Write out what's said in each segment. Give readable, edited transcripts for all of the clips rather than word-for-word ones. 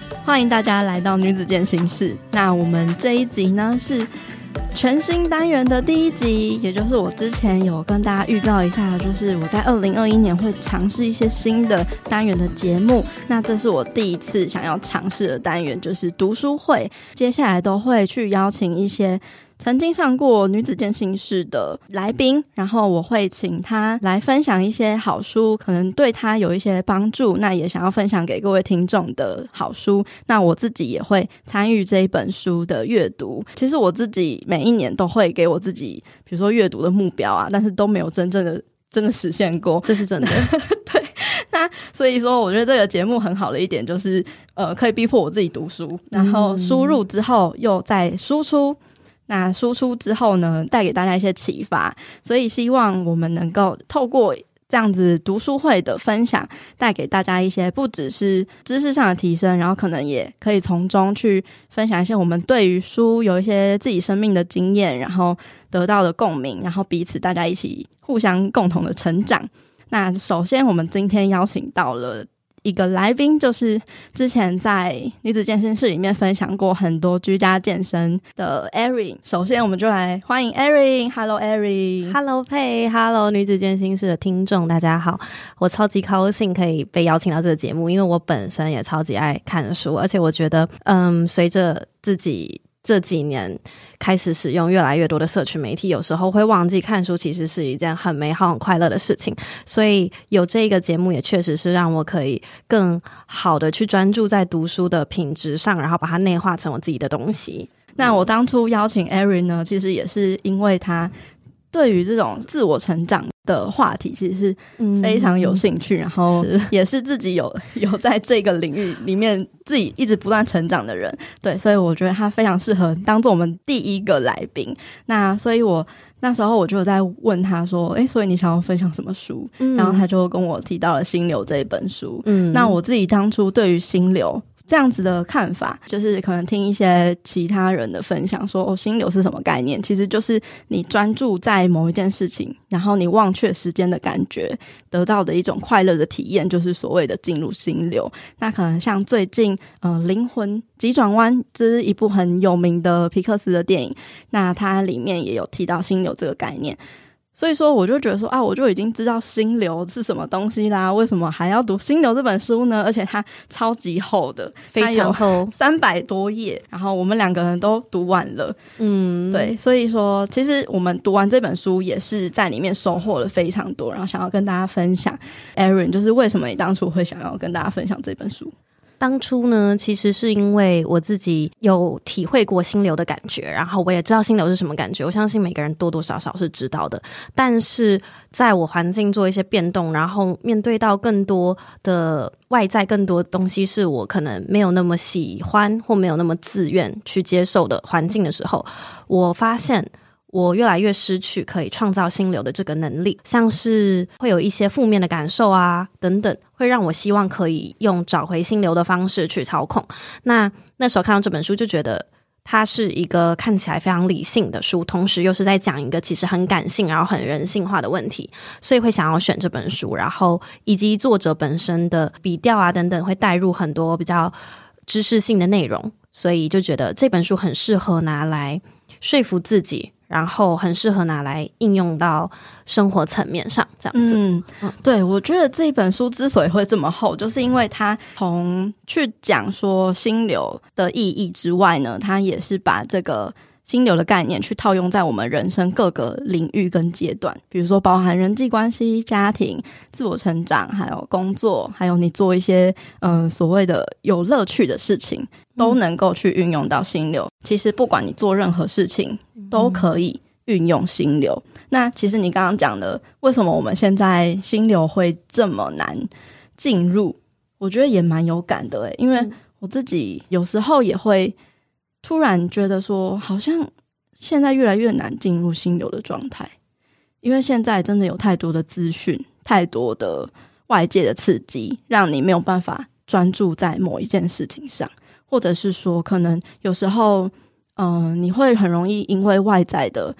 欢迎大家来到女子健心室。那我们这一集呢是全新单元的第一集，也就是我之前有跟大家预告一下，就是我在2021年会尝试一些新的单元的节目。那这是我第一次想要尝试的单元，就是读书会。接下来都会去邀请一些曾经上过女子健心室的来宾，然后我会请他来分享一些好书，可能对他有一些帮助，那也想要分享给各位听众的好书。那我自己也会参与这一本书的阅读。其实我自己每一年都会给我自己比如说阅读的目标啊，但是都没有真的实现过， 这是真的对，那所以说我觉得这个节目很好的一点就是可以逼迫我自己读书，然后输入之后又再输出，那输出之后呢，带给大家一些启发，所以希望我们能够透过这样子读书会的分享，带给大家一些不只是知识上的提升，然后可能也可以从中去分享一些我们对于书有一些自己生命的经验，然后得到的共鸣，然后彼此大家一起互相共同的成长。那首先我们今天邀请到了一个来宾，就是之前在女子健身室里面分享过很多居家健身的 Erin。 首先我们就来欢迎 Erin。 Hello Erin。 Hello 佩 Hello 女子健心室的听众大家好，我超级高兴可以被邀请到这个节目，因为我本身也超级爱看书，而且我觉得随着自己这几年开始使用越来越多的社群媒体，有时候会忘记看书其实是一件很美好很快乐的事情，所以有这个节目也确实是让我可以更好的去专注在读书的品质上，然后把它内化成我自己的东西。 那我当初邀请 Erin 呢，其实也是因为他对于这种自我成长的话题其实是非常有兴趣，然后也是自己有在这个领域里面自己一直不断成长的人，对，所以我觉得他非常适合当做我们第一个来宾。那所以我那时候我就有在问他说所以你想要分享什么书，然后他就跟我提到了《心流》这一本书。那我自己当初对于心流这样子的看法，就是可能听一些其他人的分享说心流是什么概念，其实就是你专注在某一件事情，然后你忘却时间的感觉得到的一种快乐的体验，就是所谓的进入心流。那可能像最近灵魂急转弯，这是一部很有名的皮克斯的电影，那它里面也有提到心流这个概念。所以说我就觉得说我就已经知道心流是什么东西啦，为什么还要读心流这本书呢？而且它超级厚的， 非常厚 ，300多页，然后我们2个人都读完了。对，所以说其实我们读完这本书也是在里面收获了非常多，然后想要跟大家分享。 Erin， 就是为什么你当初会想要跟大家分享这本书？ 当初呢，其实是因为我自己有体会过心流的感觉，然后我也知道心流是什么感觉，我相信每个人多多少少是知道的。但是在我环境做一些变动，然后面对到更多的外在更多东西是我可能没有那么喜欢或没有那么自愿去接受的环境的时候，我发现我越来越失去可以创造心流的这个能力，像是会有一些负面的感受啊等等，会让我希望可以用找回心流的方式去操控。那时候看到这本书就觉得它是一个看起来非常理性的书，同时又是在讲一个其实很感性然后很人性化的问题，所以会想要选这本书，然后以及作者本身的笔调啊等等会带入很多比较知识性的内容，所以就觉得这本书很适合拿来说服自己，然后很适合拿来应用到生活层面上这样子。 对，我觉得这一本书之所以会这么厚，就是因为它从去讲说心流的意义之外呢，它也是把这个心流的概念去套用在我们人生各个领域跟阶段，比如说包含人际关系、家庭、自我成长，还有工作，还有你做一些所谓的有乐趣的事情，都能够去运用到心流。其实不管你做任何事情都可以运用心流。那其实你刚刚讲的为什么我们现在心流会这么难进入，我觉得也蛮有感的因为我自己有时候也会突然觉得说好像现在越来越难进入心流的状态，因为现在真的有太多的资讯，太多的外界的刺激，让你没有办法专注在某一件事情上，或者是说可能有时候你会很容易因为外在的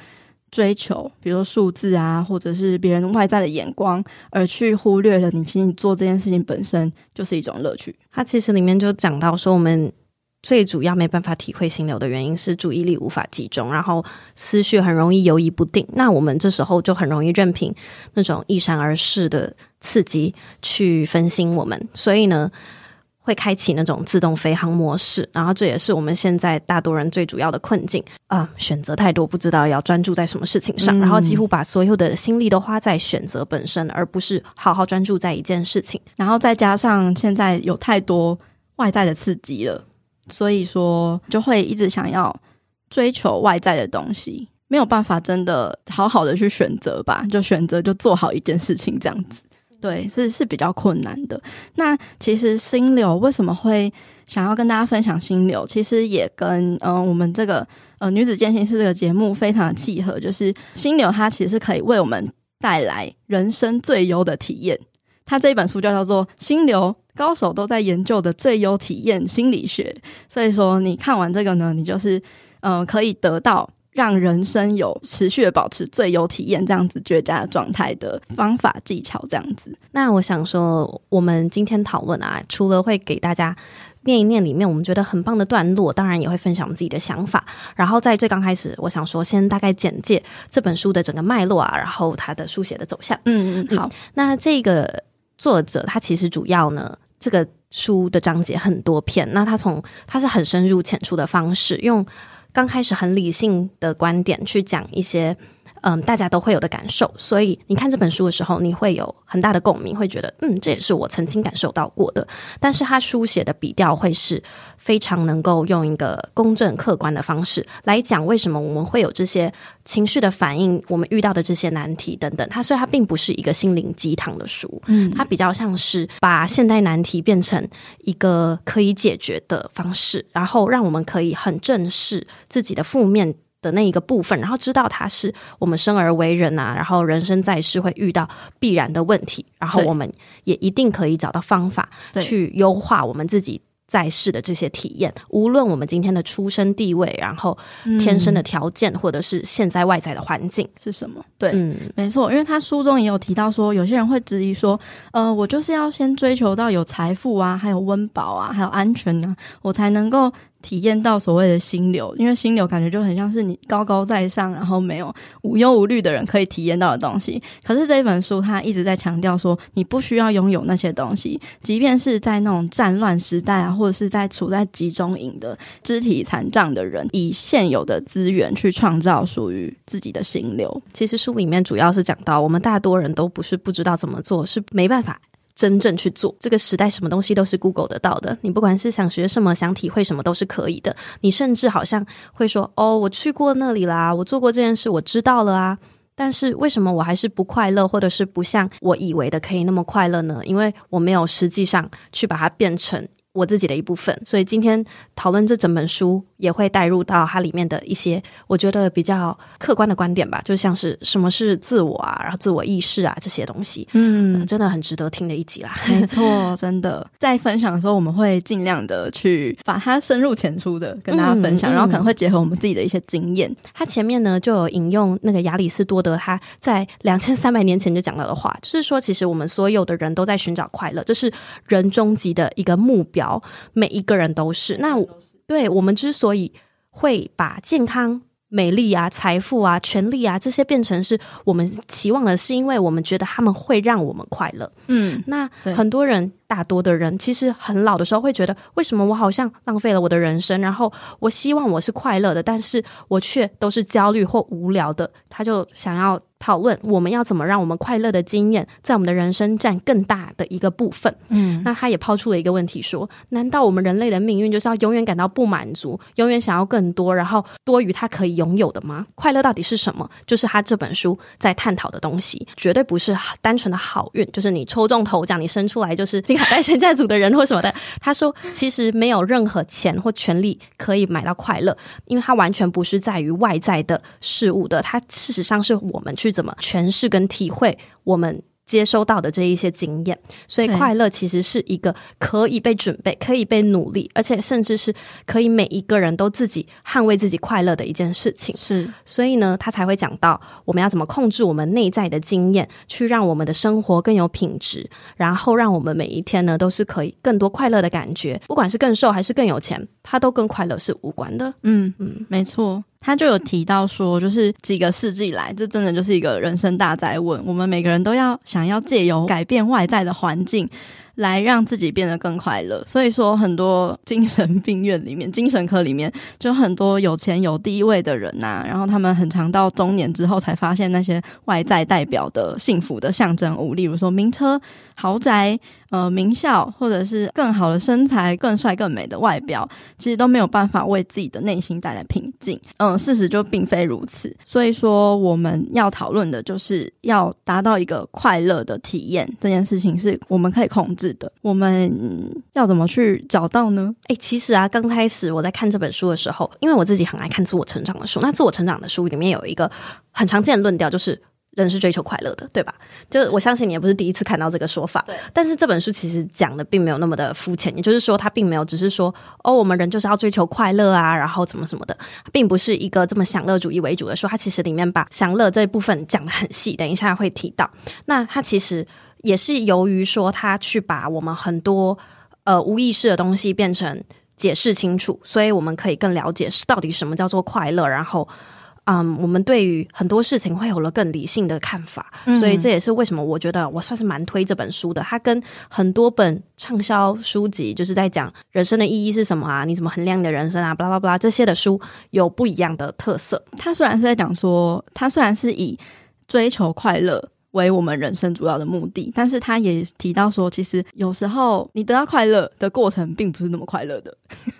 追求比如说数字啊，或者是别人外在的眼光，而去忽略了你其实你做这件事情本身就是一种乐趣。 它其实里面就讲到说，我们最主要没办法体会心流的原因是注意力无法集中，然后思绪很容易游移不定，那我们这时候就很容易任凭那种一闪而逝的刺激去分心我们，所以呢会开启那种自动飞航模式，然后这也是我们现在大多人最主要的困境选择太多，不知道要专注在什么事情上，然后几乎把所有的心力都花在选择本身，而不是好好专注在一件事情。 然后再加上现在有太多外在的刺激了，所以说就会一直想要追求外在的东西，没有办法真的好好的去选择吧，就选择就做好一件事情这样子。对，是比较困难的。那其实心流为什么会想要跟大家分享心流，其实也跟我们这个女子健心室这个节目非常的契合，就是心流它其实是可以为我们带来人生最优的体验。它这一本书就叫做心流高手都在研究的最优体验心理学，所以说你看完这个呢，你就是可以得到让人生有持续的保持最优体验这样子绝佳的状态的方法技巧这样子。 那我想说我们今天讨论除了会给大家念一念里面我们觉得很棒的段落，当然也会分享我们自己的想法，然后在最刚开始我想说先大概简介这本书的整个脉络然后它的书写的走向。好，那这个作者他其实主要呢，这个书的章节很多篇，那他是很深入浅出的方式，用刚开始很理性的观点去讲一些大家都会有的感受，所以你看这本书的时候你会有很大的共鸣，会觉得这也是我曾经感受到过的，但是他书写的笔调会是非常能够用一个公正客观的方式来讲为什么我们会有这些情绪的反应，我们遇到的这些难题等等，所以它并不是一个心灵鸡汤的书，它比较像是把现代难题变成一个可以解决的方式，然后让我们可以很正视自己的负面的那一个部分，然后知道它是我们生而为人然后人生在世会遇到必然的问题，然后我们也一定可以找到方法去优化我们自己在世的这些体验，无论我们今天的出生地位，然后天生的条件，或者是现在外在的环境是什么。对，没错，因为他书中也有提到说有些人会质疑说我就是要先追求到有财富啊，还有温饱啊，还有安全啊，我才能够体验到所谓的心流，因为心流感觉就很像是你高高在上，然后没有无忧无虑的人可以体验到的东西。可是这一本书它一直在强调说你不需要拥有那些东西，即便是在那种战乱时代或者是在处在集中营的肢体残障的人，以现有的资源去创造属于自己的心流。 其实书里面主要是讲到我们大多人都不是不知道怎么做，是没办法真正去做。这个时代什么东西都是 Google 得到的，你不管是想学什么想体会什么都是可以的，你甚至好像会说我去过那里啦，我做过这件事，我知道了但是为什么我还是不快乐，或者是不像我以为的可以那么快乐呢？因为我没有实际上去把它变成我自己的一部分。所以今天讨论这整本书也会带入到它里面的一些我觉得比较客观的观点吧，就像是什么是自我然后自我意识这些东西真的很值得听的一集啦。 没错，真的在分享的时候我们会尽量的去把它深入浅出的跟大家分享然后可能会结合我们自己的一些经验。 他前面呢就有引用那个亚里士多德他在2300年前就讲到的话，就是说其实我们所有的人都在寻找快乐，这是人终极的一个目标，每一个人都是。那对，我们之所以会把健康、美丽财富权利这些变成是我们期望的，是因为我们觉得他们会让我们快乐。那很多人大多的人其实很老的时候会觉得为什么我好像浪费了我的人生，然后我希望我是快乐的，但是我却都是焦虑或无聊的。他就想要讨论我们要怎么让我们快乐的经验在我们的人生占更大的一个部分。那他也抛出了一个问题说，难道我们人类的命运就是要永远感到不满足，永远想要更多，然后多于他可以拥有的吗？快乐到底是什么？就是他这本书在探讨的东西，绝对不是单纯的好运，就是你抽中头奖你生出来就是金卡戴珊家族的人或什么的。他说其实没有任何钱或权利可以买到快乐，因为它完全不是在于外在的事物的，它事实上是我们去怎么诠释跟体会我们接收到的这一些经验，所以快乐其实是一个可以被准备、可以被努力，而且甚至是可以每一个人都自己捍卫自己快乐的一件事情。 是， 所以呢，他才会讲到我们要怎么控制我们内在的经验，去让我们的生活更有品质，然后让我们每一天呢都是可以更多快乐的感觉，不管是更瘦还是更有钱，它都跟快乐是无关的。 没错。他就有提到说，就是几个世纪来，这真的就是一个人生大哉问，我们每个人都想要借由改变外在的环境来让自己变得更快乐。所以说很多精神病院里面、精神科里面就很多有钱有地位的人啊，然后他们很常到中年之后才发现那些外在代表的幸福的象征物，例如说名车、豪宅、名校，或者是更好的身材、更帅更美的外表，其实都没有办法为自己的内心带来平静。事实就并非如此。所以说我们要讨论的就是要达到一个快乐的体验，这件事情是我们可以控制的。我们要怎么去找到呢？ 其实啊，刚开始我在看这本书的时候，因为我自己很爱看自我成长的书，那自我成长的书里面有一个很常见的论调，就是人是追求快乐的，对吧？就我相信你也不是第一次看到这个说法，对。但是这本书其实讲的并没有那么的肤浅，也就是说它并没有只是说我们人就是要追求快乐啊，然后怎么什么的，并不是一个这么享乐主义为主的书。它其实里面把享乐这一部分讲得很细，等一下会提到。那它其实也是由于说他去把我们很多无意识的东西变成解释清楚，所以我们可以更了解到底什么叫做快乐，然后我们对于很多事情会有了更理性的看法。所以这也是为什么我觉得我算是蛮推这本书的。它跟很多本畅销书籍就是在讲人生的意义是什么啊，你怎么衡量你的人生啊，巴拉巴拉这些的书有不一样的特色。 它虽然是在讲说，它虽然是以追求快乐为我们人生主要的目的，但是他也提到说，其实有时候你得到快乐的过程并不是那么快乐的。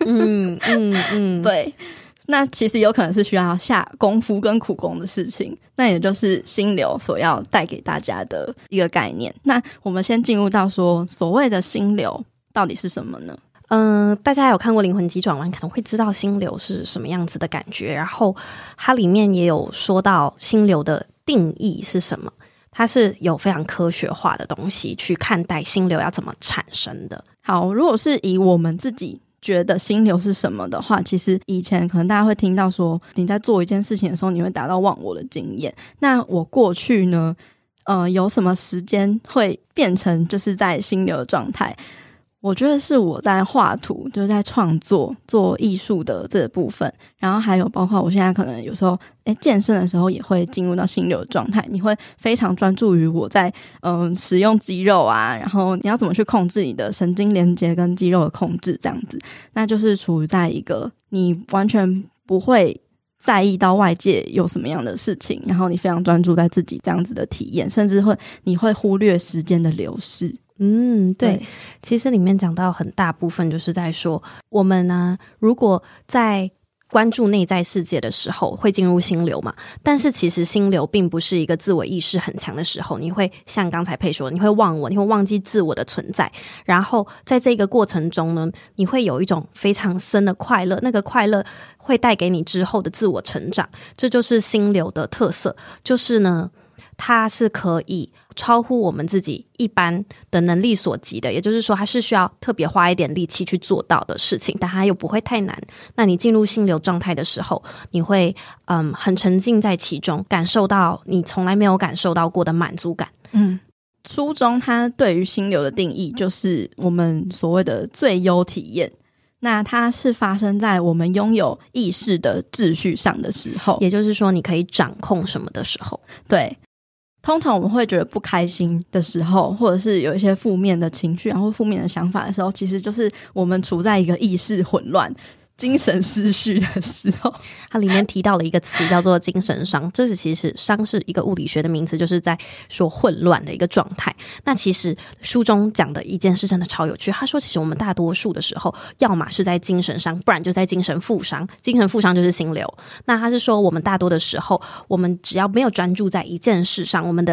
对，那其实有可能是需要下功夫跟苦功的事情，那也就是心流所要带给大家的一个概念。那我们先进入到说，所谓的心流到底是什么呢？ 大家有看过灵魂急转弯可能会知道心流是什么样子的感觉，然后它里面也有说到心流的定义是什么，它是有非常科学化的东西去看待心流要怎么产生的。 好，如果是以我们自己觉得心流是什么的话，其实以前可能大家会听到说，你在做一件事情的时候你会达到忘我的经验。那我过去呢有什么时间会变成就是在心流的状态？我觉得是我在画图，就是在创作做艺术的这个部分，然后还有包括我现在可能有时候健身的时候也会进入到心流的状态，你会非常专注于我在使用肌肉啊，然后你要怎么去控制你的神经连接跟肌肉的控制，这样子，那就是处于在一个你完全不会在意到外界有什么样的事情，然后你非常专注在自己这样子的体验，甚至你会忽略时间的流逝。 对，其实里面讲到很大部分就是在说，我们呢如果在关注内在世界的时候会进入心流嘛，但是其实心流并不是一个自我意识很强的时候，你会像刚才佩说，你会忘我，你会忘记自我的存在，然后在这个过程中呢，你会有一种非常深的快乐，那个快乐会带给你之后的自我成长，这就是心流的特色，就是呢它是可以超乎我们自己一般的能力所及的，也就是说它是需要特别花一点力气去做到的事情，但它又不会太难。那你进入心流状态的时候，你会很沉浸在其中，感受到你从来没有感受到过的满足感。 书中它对于心流的定义就是我们所谓的最优体验，那它是发生在我们拥有意识的秩序上的时候， 也就是说你可以掌控什么的时候。 对，通常我们会觉得不开心的时候，或者是有一些负面的情绪然后负面的想法的时候，其实就是我们处在一个意识混乱精神失序的时候。 它里面提到了一个词叫做精神伤，这是其实伤是一个物理学的名词，就是在说混乱的一个状态。那其实书中讲的一件事真的超有趣，他说其实我们大多数的时候要么是在精神伤，不然就在精神负伤，精神负伤就是心流。那他是说我们大多的时候，我们只要没有专注在一件事上，我们的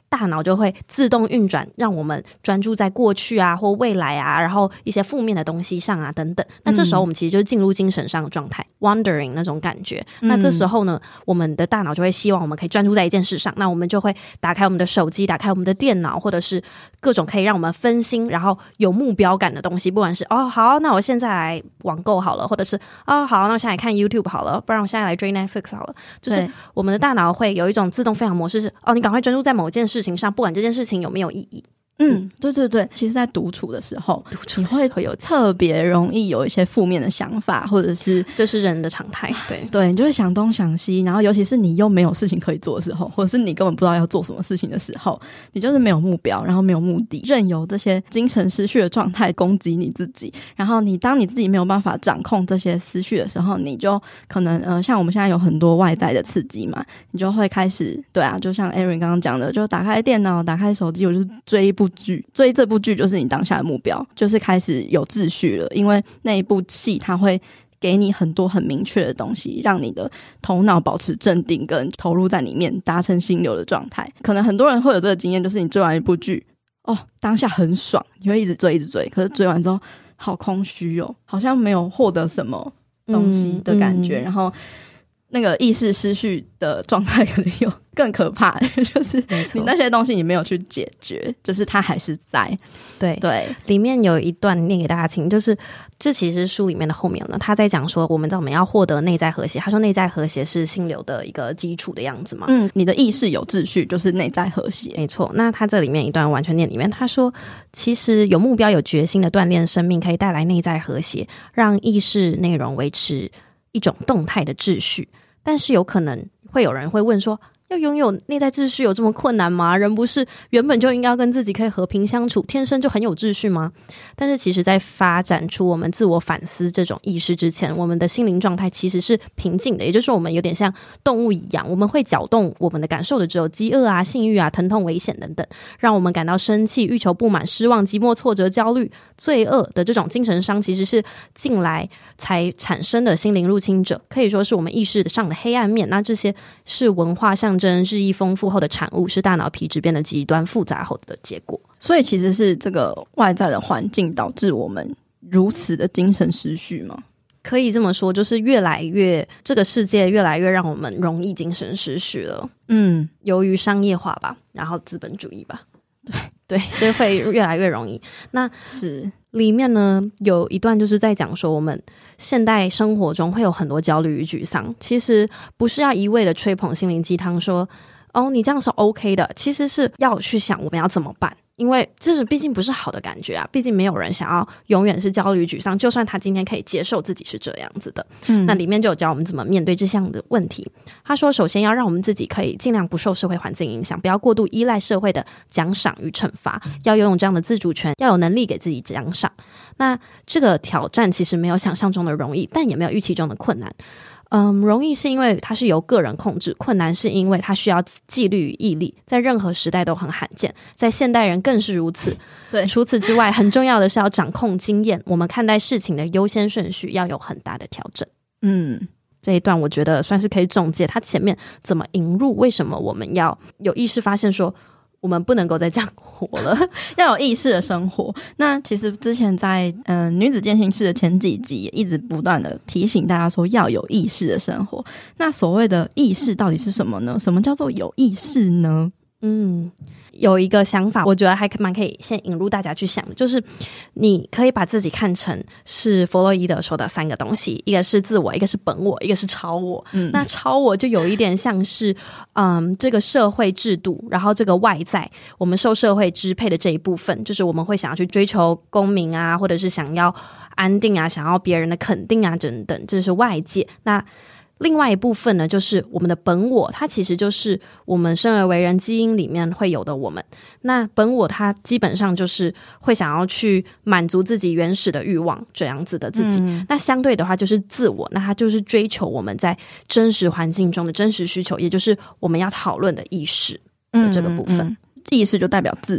大脑就会自动运转，让我们专注在过去啊或未来啊，然后一些负面的东西上啊等等。那这时候我们其实就是进入精神上的状态，wandering 那种感觉。那这时候呢，我们的大脑就会希望我们可以专注在一件事上，那我们就会打开我们的手机，打开我们的电脑，或者是各种可以让我们分心然后有目标感的东西，不管是好，那我现在来网购好了，或者是好，那我现在来看 YouTube 好了，不然我现在来追 Netflix 好了。就是我们的大脑会有一种自动飞行模式，是你赶快专注在某件事情上，不管这件事情有没有意义。 对，其实在独处的时候你会有特别容易有一些负面的想法，或者是这是人的常态。 对，你就会想东想西，然后尤其是你又没有事情可以做的时候，或者是你根本不知道要做什么事情的时候，你就是没有目标，然后没有目的，任由这些精神失序的状态攻击你自己。然后当你自己没有办法掌控这些思绪的时候，你就可能像我们现在有很多外在的刺激嘛，你就会开始就像 Erin 刚刚讲的，就打开电脑打开手机，我就是追一部剧，追这部剧就是你当下的目标，就是开始有秩序了。因为那一部戏它会给你很多很明确的东西，让你的头脑保持镇定跟投入在里面，达成心流的状态。可能很多人会有这个经验，就是你追完一部剧当下很爽，你会一直追，可是追完之后好空虚好像没有获得什么东西的感觉。然后那个意识失序的状态可能有更可怕就是你那些东西你没有去解决，就是它还是在。对， 里面有一段念给大家听，就是这其实书里面的后面呢，他在讲说我们要获得内在和谐，他说内在和谐是心流的一个基础的样子嘛。 你的意识有秩序就是内在和谐， 没错。那他这里面一段完全念里面，他说其实有目标有决心的锻炼生命可以带来内在和谐，让意识内容维持一种动态的秩序。但是有可能会有人会问说，要拥有内在秩序有这么困难吗？人不是原本就应该跟自己可以和平相处，天生就很有秩序吗？但是其实在发展出我们自我反思这种意识之前，我们的心灵状态其实是平静的，也就是说我们有点像动物一样，我们会搅动我们的感受的只有饥饿啊、性欲啊、疼痛、危险等等，让我们感到生气、欲求、不满、失望、寂寞、挫折、焦虑、罪恶的这种精神伤，其实是近来才产生的心灵入侵者，可以说是我们意识上的黑暗面。那这些是文化象征日益丰富后的产物，是大脑皮质变得极端复杂后的结果。 所以其实是这个外在的环境导致我们如此的精神失序吗？ 可以这么说，就是这个世界越来越让我们容易精神失序了。由于商业化吧，然后资本主义吧，对，所以会越来越容易。那是里面呢有一段就是在讲说，我们现代生活中会有很多焦虑与沮丧，其实不是要一味的吹捧心灵鸡汤说你这样是 OK 的，其实是要去想我们要怎么办，因为这毕竟不是好的感觉啊，毕竟没有人想要永远是焦虑沮丧，就算他今天可以接受自己是这样子的。那里面就有教我们怎么面对这项的问题。他说首先要让我们自己可以尽量不受社会环境影响，不要过度依赖社会的奖赏与惩罚，要拥有这样的自主权，要有能力给自己奖赏。那这个挑战其实没有想象中的容易，但也没有预期中的困难。容易是因为它是由个人控制，困难是因为它需要纪律与毅力，在任何时代都很罕见，在现代人更是如此。 对， 除此之外，很重要的是要掌控经验，我们看待事情的优先顺序要有很大的调整。这一段我觉得算是可以总结他前面怎么引入为什么我们要有意识发现说我们不能够再这样活了要有意识的生活。那其实之前在女子健心室的前几集也一直不断的提醒大家说要有意识的生活。那所谓的意识到底是什么呢？什么叫做有意识呢？ 有一个想法我觉得还蛮可以先引入大家去想的，就是你可以把自己看成是弗洛伊德说的三个东西，一个是自我，一个是本我，一个是超我。那超我就有一点像是这个社会制度，然后这个外在我们受社会支配的这一部分，就是我们会想要去追求公民啊，或者是想要安定啊，想要别人的肯定啊等等，这是外界。那另外一部分呢，就是我们的本我，它其实就是我们生而为人基因里面会有的我们。那本我它基本上就是会想要去满足自己原始的欲望这样子的自己。那相对的话就是自我，那它就是追求我们在真实环境中的真实需求，也就是我们要讨论的意识的这个部分。 意识就代表自我，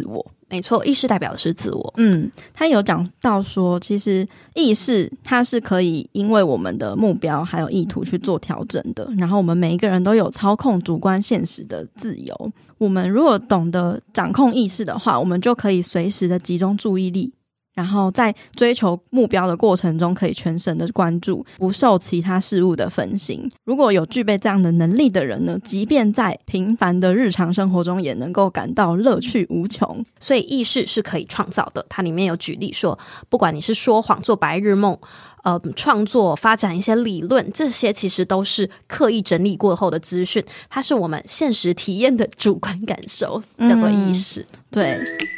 没错，意识代表的是自我。 他有讲到说，其实意识它是可以因为我们的目标还有意图去做调整的，然后我们每一个人都有操控主观现实的自由。我们如果懂得掌控意识的话，我们就可以随时的集中注意力，然后在追求目标的过程中可以全神的关注，不受其他事物的分心。如果有具备这样的能力的人呢，即便在平凡的日常生活中也能够感到乐趣无穷。 所以意识是可以创造的，它里面有举例说，不管你是说谎、做白日梦、创作、发展一些理论，这些其实都是刻意整理过后的资讯，它是我们现实体验的主观感受，叫做意识。 对。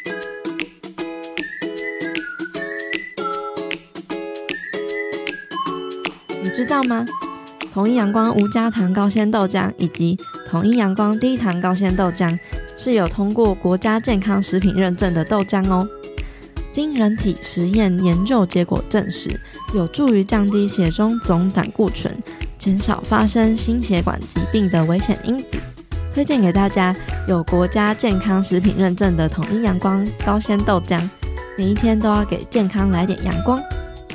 你知道吗？统一阳光无加糖高纤豆浆以及统一阳光低糖高纤豆浆是有通过国家健康食品认证的豆浆哦。经人体实验研究结果证实，有助于降低血中总胆固醇，减少发生心血管疾病的危险因子。推荐给大家有国家健康食品认证的统一阳光高纤豆浆，每一天都要给健康来点阳光。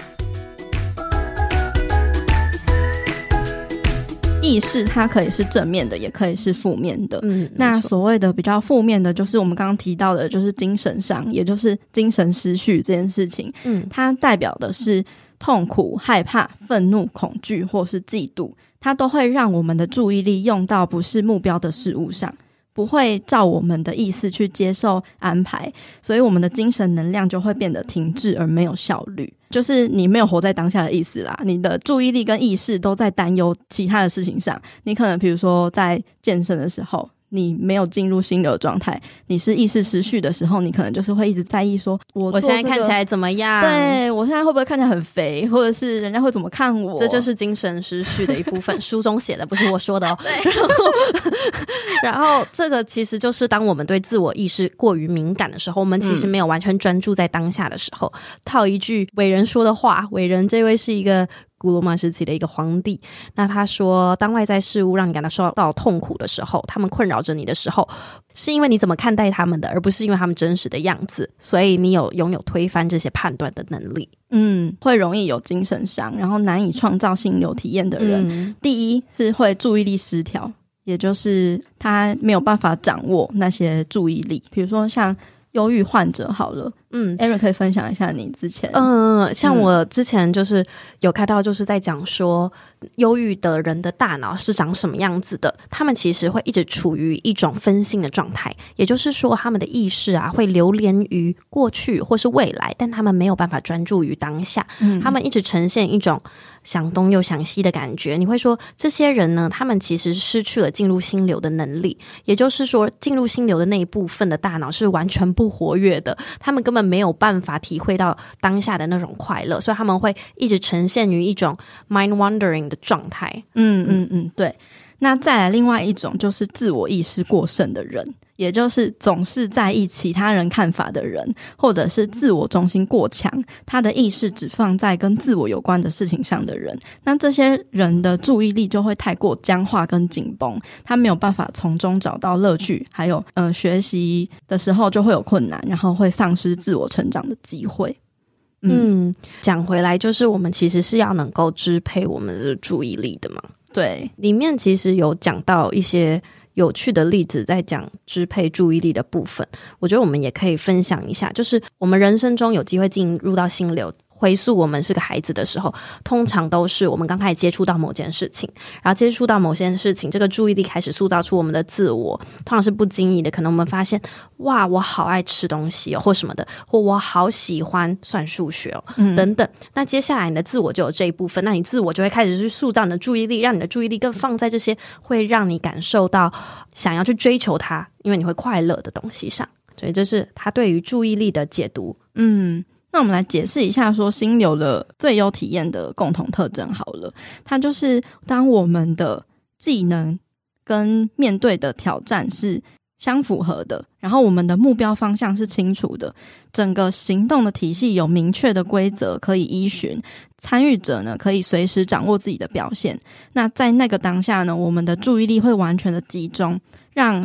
意识它可以是正面的，也可以是负面的。那所谓的比较负面的，就是我们刚刚提到的，就是精神上，也就是精神失序这件事情。它代表的是痛苦、害怕、愤怒、恐惧或是嫉妒，它都会让我们的注意力用到不是目标的事物上，不会照我们的意思去接受安排，所以我们的精神能量就会变得停滞而没有效率，就是你没有活在当下的意思啦。你的注意力跟意识都在担忧其他的事情上，你可能比如说在健身的时候你没有进入心流的状态，你是意识失序的时候，你可能就是会一直在意说我现在看起来怎么样， 对，我现在会不会看起来很肥，或者是人家会怎么看我， 这就是精神失序的一部分书中写的，不是我说的哦。然后这个其实就是当我们对自我意识过于敏感的时候，我们其实没有完全专注在当下的时候。套一句伟人说的话，伟人这位是一个古罗马时期的一个皇帝，那他说，当外在事物让你感到受到痛苦的时候，他们困扰着你的时候，是因为你怎么看待他们的，而不是因为他们真实的样子，所以你拥有推翻这些判断的能力。 会容易有精神伤，然后难以创造心流体验的人，第一是会注意力失调，也就是他没有办法掌握那些注意力，比如说像忧郁患者好了，Erin 可以分享一下你之前像我之前就是有看到，就是在讲说忧郁的人的大脑是长什么样子的，他们其实会一直处于一种分心的状态，也就是说他们的意识啊会流连于过去或是未来，但他们没有办法专注于当下，他们一直呈现一种想东又想西的感觉。你会说这些人呢，他们其实失去了进入心流的能力，也就是说进入心流的那一部分的大脑是完全不活跃的，他们根本没有办法体会到当下的那种快乐，所以他们会一直呈现于一种 mind wandering 的状态。 对。那再来另外一种就是自我意识过剩的人，也就是总是在意其他人看法的人，或者是自我中心过强，他的意识只放在跟自我有关的事情上的人。那这些人的注意力就会太过僵化跟紧绷，他没有办法从中找到乐趣，还有学习的时候就会有困难，然后会丧失自我成长的机会。 讲回来就是我们其实是要能够支配我们的注意力的嘛。 对， 里面其实有讲到一些有趣的例子，在讲支配注意力的部分，我觉得我们也可以分享一下，就是我们人生中有机会进入到心流，回溯我们是个孩子的时候，通常都是我们刚开始接触到某件事情，然后接触到某件事情，这个注意力开始塑造出我们的自我，通常是不经意的，可能我们发现哇我好爱吃东西哦，或什么的，或我好喜欢算数学哦，等等。那接下来你的自我就有这一部分，那你自我就会开始去塑造你的注意力，让你的注意力更放在这些会让你感受到想要去追求它，因为你会快乐的东西上。所以这是他对于注意力的解读。 那我们来解释一下说心流的最优体验的共同特征好了，它就是当我们的技能跟面对的挑战是相符合的，然后我们的目标方向是清楚的，整个行动的体系有明确的规则可以依循，参与者呢可以随时掌握自己的表现。那在那个当下呢，我们的注意力会完全的集中，让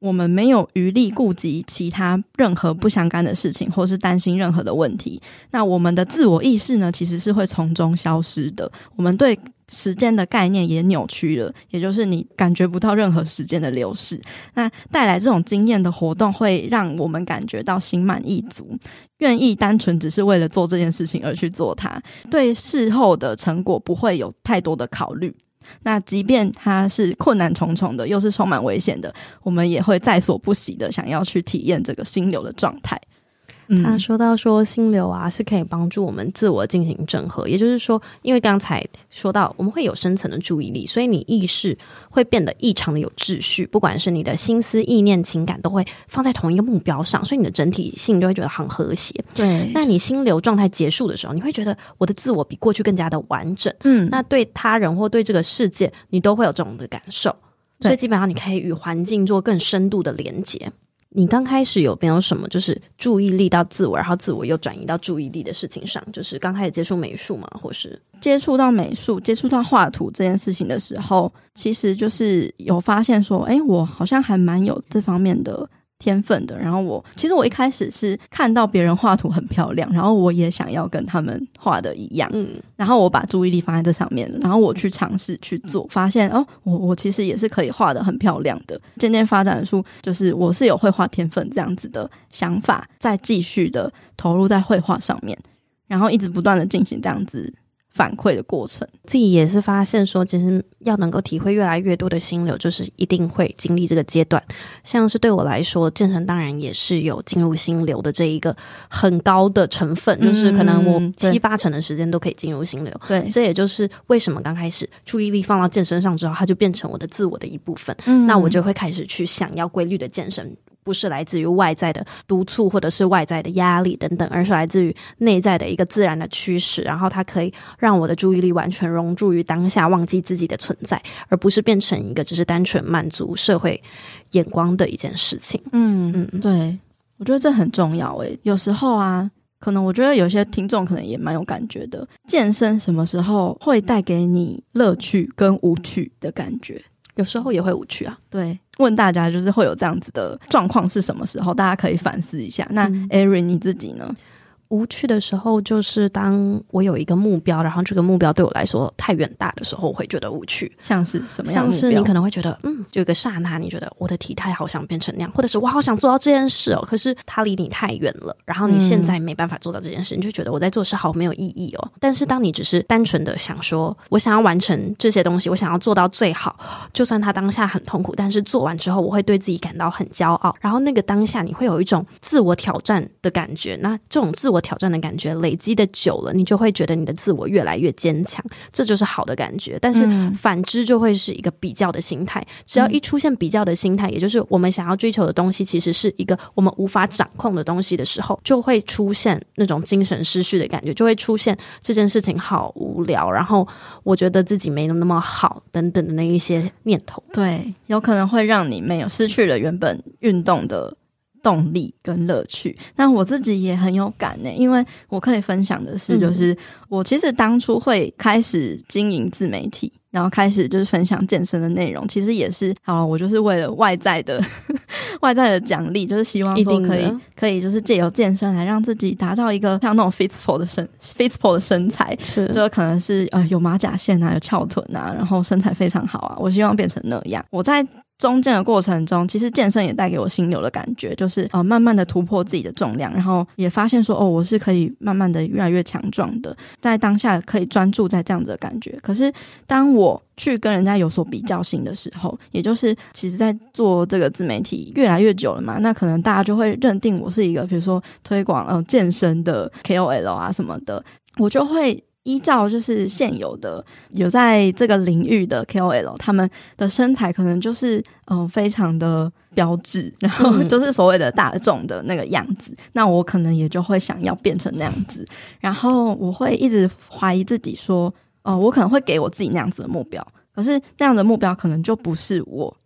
我们没有余力顾及其他任何不相干的事情，或是担心任何的问题，那我们的自我意识呢，其实是会从中消失的。我们对时间的概念也扭曲了，也就是你感觉不到任何时间的流逝。那带来这种经验的活动会让我们感觉到心满意足，愿意单纯只是为了做这件事情而去做它，对事后的成果不会有太多的考虑。那即便它是困难重重的，又是充满危险的，我们也会在所不惜的想要去体验这个心流的状态。 他说到说心流啊是可以帮助我们自我进行整合，也就是说因为刚才说到我们会有深层的注意力，所以你意识会变得异常的有秩序，不管是你的心思意念情感都会放在同一个目标上，所以你的整体性就会觉得很和谐。 对， 那你心流状态结束的时候，你会觉得我的自我比过去更加的完整，那对他人或对这个世界你都会有这种的感受，所以基本上你可以与环境做更深度的连结。你刚开始有没有什么就是注意力到自我，然后自我又转移到注意力的事情上，就是刚开始接触美术嘛，或是接触到美术接触到画图这件事情的时候，其实就是有发现说我好像还蛮有这方面的天分的。然后其实我一开始是看到别人画图很漂亮，然后我也想要跟他们画的一样，然后我把注意力放在这上面，然后我去尝试去做，发现我其实也是可以画的很漂亮的。渐渐发展出就是我是有绘画天分这样子的想法，再继续的投入在绘画上面，然后一直不断的进行这样子反馈的过程。 自己也是发现说其实要能够体会越来越多的心流，就是一定会经历这个阶段。像是对我来说健身当然也是有进入心流的这一个很高的成分，就是可能我7-8成的时间都可以进入心流。 对， 这也就是为什么刚开始注意力放到健身上之后，它就变成我的自我的一部分，那我就会开始去想要规律的健身，不是来自于外在的督促或者是外在的压力等等，而是来自于内在的一个自然的驱使，然后它可以让我的注意力完全融入于当下，忘记自己的存在，而不是变成一个只是单纯满足社会眼光的一件事情。 对，我觉得这很重要有时候啊，可能我觉得有些听众可能也蛮有感觉的，健身什么时候会带给你乐趣跟无趣的感觉？ 有时候也会无趣啊。 对，问大家就是会有这样子的状况是什么时候，大家可以反思一下。那 Erin 你自己呢？ 无趣的时候就是当我有一个目标，然后这个目标对我来说太远大的时候，我会觉得无趣。 像是什么样的目标？ 像是你可能会觉得就有个刹那你觉得我的体态好想变成那样，或者是我好想做到这件事可是它离你太远了，然后你现在没办法做到这件事，你就觉得我在做事好没有意义但是当你只是单纯的想说我想要完成这些东西，我想要做到最好，就算它当下很痛苦，但是做完之后我会对自己感到很骄傲，然后那个当下你会有一种自我挑战的感觉，那这种自我挑战的感觉累积的久了，你就会觉得你的自我越来越坚强，这就是好的感觉。但是反之就会是一个比较的心态，只要一出现比较的心态，也就是我们想要追求的东西其实是一个我们无法掌控的东西的时候，就会出现那种精神失序的感觉，就会出现这件事情好无聊，然后我觉得自己没那么好等等的那一些念头。 对，有可能会让你没有失去了原本运动的动力跟乐趣。那我自己也很有感因为我可以分享的是就是我其实当初会开始经营自媒体，然后开始就是分享健身的内容，其实也是我就是为了外在的外在的奖励，就是希望说可以就是借由健身来让自己达到一个像那种 fitful 的身材，就可能是有马甲线有翘臀然后身材非常好我希望变成那样。我在中间的过程中，其实健身也带给我心流的感觉，就是慢慢的突破自己的重量，然后也发现说我是可以慢慢的越来越强壮的，在当下可以专注在这样子的感觉。可是当我去跟人家有所比较性的时候，也就是其实在做这个自媒体越来越久了嘛，那可能大家就会认定我是一个比如说推广健身的 KOL 什么的，我就会依照就是现有的有在这个领域的 KOL 他们的身材可能就是非常的标致，然后就是所谓的大众的那个样子，那我可能也就会想要变成那样子，然后我会一直怀疑自己说我可能会给我自己那样子的目标，可是那样的目标可能就不是我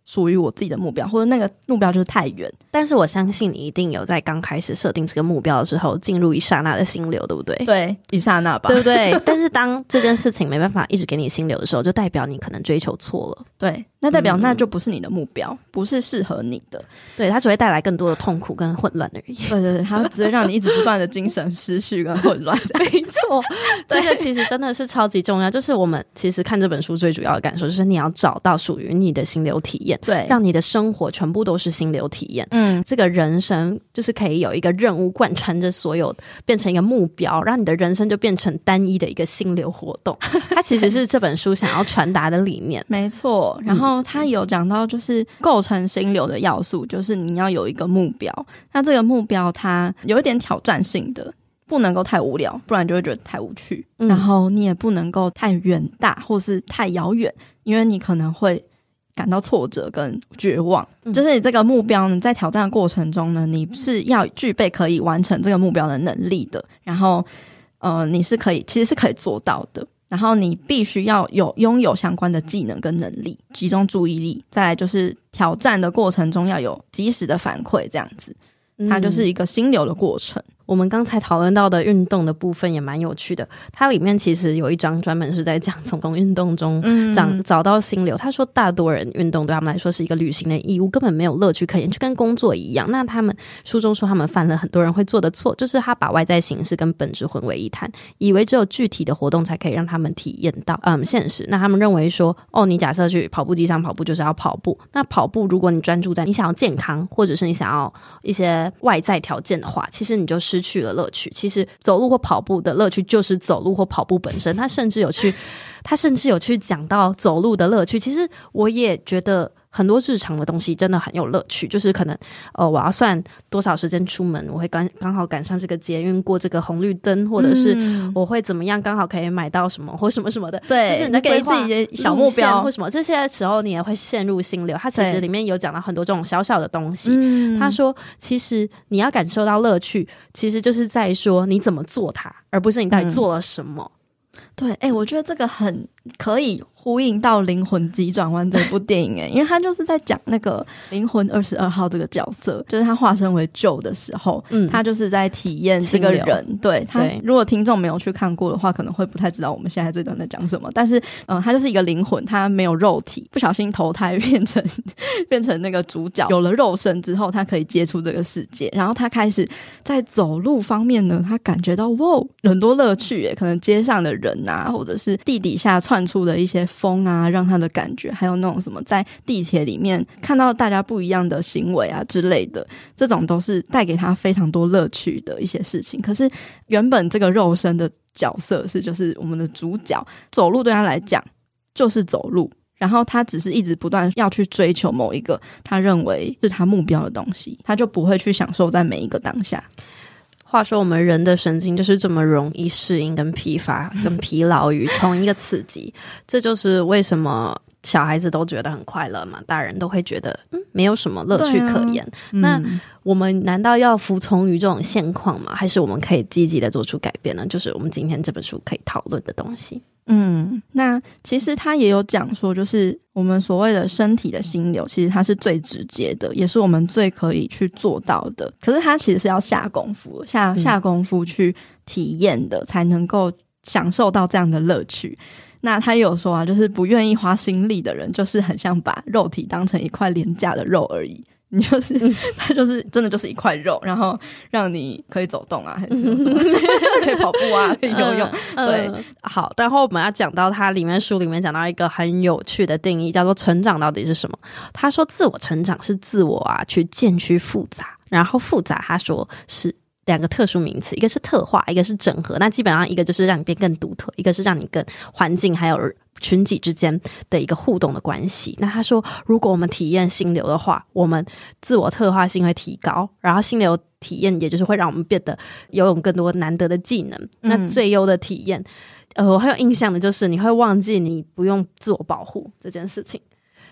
属于我自己的目标，或者那个目标就是太远。 但是我相信你一定有在刚开始设定这个目标的时候进入一刹那的心流，对不对？ 对，一刹那吧， 对不对？但是当这件事情没办法一直给你心流的时候，就代表你可能追求错了。 对，那代表那就不是你的目标，不是适合你的。 对，它只会带来更多的痛苦跟混乱而已。 对对对，它只会让你一直不断的精神失序跟混乱。 没错，这个其实真的是超级重要。就是我们其实看这本书最主要的感受就是你要找到属于你的心流体验， 对， 让你的生活全部都是心流体验。这个人生就是可以有一个任务贯穿着所有，变成一个目标，让你的人生就变成单一的一个心流活动。它其实是这本书想要传达的理念。 没错，然后他有讲到就是构成心流的要素，就是你要有一个目标，那这个目标它有一点挑战性的，不能够太无聊，不然就会觉得太无趣，然后你也不能够太远大或是太遥远，因为你可能会感到挫折跟绝望。就是你这个目标呢，在挑战的过程中呢，你是要具备可以完成这个目标的能力的，然后你是可以，其实是可以做到的，然后你必须要拥有相关的技能跟能力，集中注意力，再来就是挑战的过程中要有及时的反馈，这样子它就是一个心流的过程。 我们刚才讨论到的运动的部分也蛮有趣的，它里面其实有一章专门是在讲从运动中找到心流。他说大多人运动对他们来说是一个旅行的义务，根本没有乐趣可言，就跟工作一样。那他们书中说他们犯了很多人会做的错，就是他把外在形式跟本质混为一谈，以为只有具体的活动才可以让他们体验到现实。那他们认为说你假设去跑步机上跑步就是要跑步，那跑步如果你专注在你想要健康或者是你想要一些外在条件的话，其实你就失去了乐趣。其实走路或跑步的乐趣就是走路或跑步本身。他甚至有去讲到走路的乐趣。其实我也觉得很多日常的东西真的很有乐趣，就是可能我要算多少时间出门，我会刚好赶上这个捷运过这个红绿灯，或者是我会怎么样刚好可以买到什么或什么什么的。 对， 就是你在规划自己的小目标或什么，这些时候你也会陷入心流。它其实里面有讲到很多这种小小的东西。他说其实你要感受到乐趣，其实就是在说你怎么做它，而不是你到底做了什么。 对，我觉得这个很可以呼应到《灵魂急转弯》这部电影因为他就是在讲那个灵魂22号这个角色，就是他化身为 Joe 的时候，他就是在体验这个人。对，他如果听众没有去看过的话，可能会不太知道我们现在这段在讲什么。但是他就是一个灵魂，他没有肉体，不小心投胎变成那个主角，有了肉身之后他可以接触这个世界，然后他开始在走路方面呢，他感觉到很多乐趣耶，可能街上的人啊，或者是地底下窜出的一些风啊，让他的感觉，还有那种什么在地铁里面看到大家不一样的行为啊之类的，这种都是带给他非常多乐趣的一些事情。可是原本这个肉身的角色就是我们的主角，走路对他来讲就是走路，然后他只是一直不断要去追求某一个他认为是他目标的东西，他就不会去享受在每一个当下。 话说我们人的神经就是这么容易适应跟疲乏跟疲劳于同一个刺激，这就是为什么小孩子都觉得很快乐嘛，大人都会觉得没有什么乐趣可言。那我们难道要服从于这种现况吗？还是我们可以积极的做出改变呢？就是我们今天这本书可以讨论的东西。 那其实他也有讲说，就是我们所谓的身体的心流，其实它是最直接的，也是我们最可以去做到的。可是它其实是要下功夫，下功夫去体验的，才能够享受到这样的乐趣。那他也有说啊，就是不愿意花心力的人，就是很像把肉体当成一块廉价的肉而已。你就是它就是真的就是一块肉，然后让你可以走动啊，还是什么可以跑步啊，可以游泳。对， 好，然后我们要讲到它书里面讲到一个很有趣的定义，叫做成长到底是什么。他说自我成长是自我去渐趋复杂，然后复杂他说是两个特殊名词，一个是特化，一个是整合。那基本上一个就是让你变更独特，一个是让你跟环境还有群体之间的一个互动的关系。那他说如果我们体验心流的话，我们自我特化性会提高，然后心流体验也就是会让我们变得拥有更多难得的技能。那最优的体验我很有印象的就是你会忘记你不用自我保护这件事情，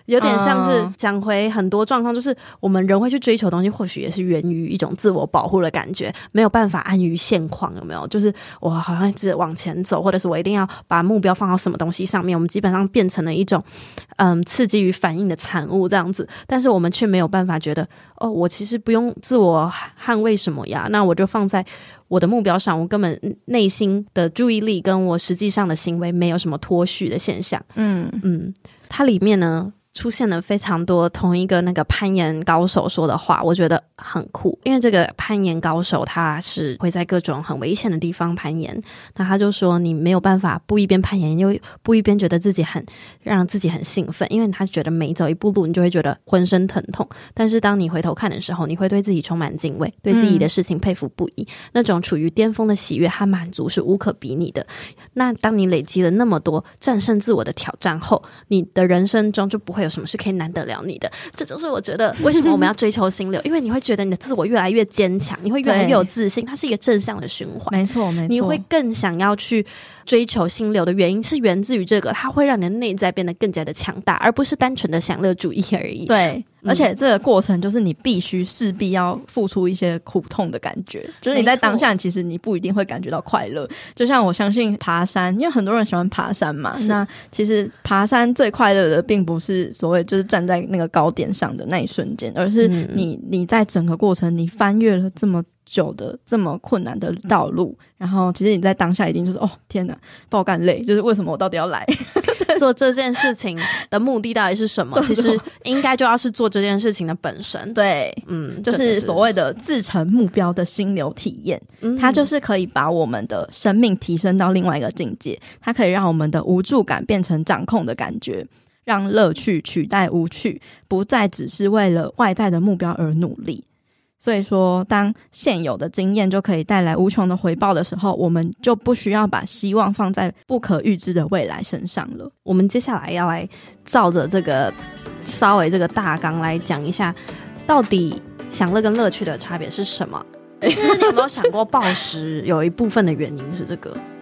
有点像是讲回很多状况，就是我们人会去追求东西，或许也是源于一种自我保护的感觉，没有办法安于现况，有没有？就是我好像一直往前走，或者是我一定要把目标放到什么东西上面，我们基本上变成了一种刺激与反应的产物这样子，但是我们却没有办法觉得我其实不用自我捍卫什么呀，那我就放在我的目标上，我根本内心的注意力跟我实际上的行为没有什么脱序的现象。它里面呢出现了非常多同一个那个攀岩高手说的话，我觉得很酷。因为这个攀岩高手他是会在各种很危险的地方攀岩，那他就说你没有办法不一边攀岩又不一边觉得自己让自己很兴奋，因为他觉得每走一步路你就会觉得浑身疼痛，但是当你回头看的时候，你会对自己充满敬畏，对自己的事情佩服不已，那种处于巅峰的喜悦和满足是无可比拟的。那当你累积了那么多战胜自我的挑战后，你的人生中就不会有什么是可以难得了你的。这就是我觉得为什么我们要追求心流因为你会觉得你的自我越来越坚强，你会越来越有自信，它是一个正向的循环。 没错没错， 你会更想要去追求心流的原因是源自于这个，它会让你的内在变得更加的强大，而不是单纯的享乐主义而已。 对，而且这个过程就是你必须势必要付出一些苦痛的感觉，就是你在当下其实你不一定会感觉到快乐。就像我相信爬山，因为很多人喜欢爬山嘛，那其实爬山最快乐的并不是所谓就是站在那个高点上的那一瞬间，而是你在整个过程你翻越了这么久的这么困难的道路，然后其实你在当下一定就是天哪爆干累，就是为什么我到底要来做这件事情的目的到底是什么其实应该就要是做这件事情的本身。 对，就是所谓的自成目标的心流体验，它就是可以把我们的生命提升到另外一个境界，它可以让我们的无助感变成掌控的感觉，让乐趣取代无趣，不再只是为了外在的目标而努力。所以说当现有的经验就可以带来无穷的回报的时候，我们就不需要把希望放在不可预知的未来身上了。 我们接下来要来照着这个稍微这个大纲来讲一下，到底享乐跟乐趣的差别是什么。其实你有没有想过暴食有一部分的原因是这个？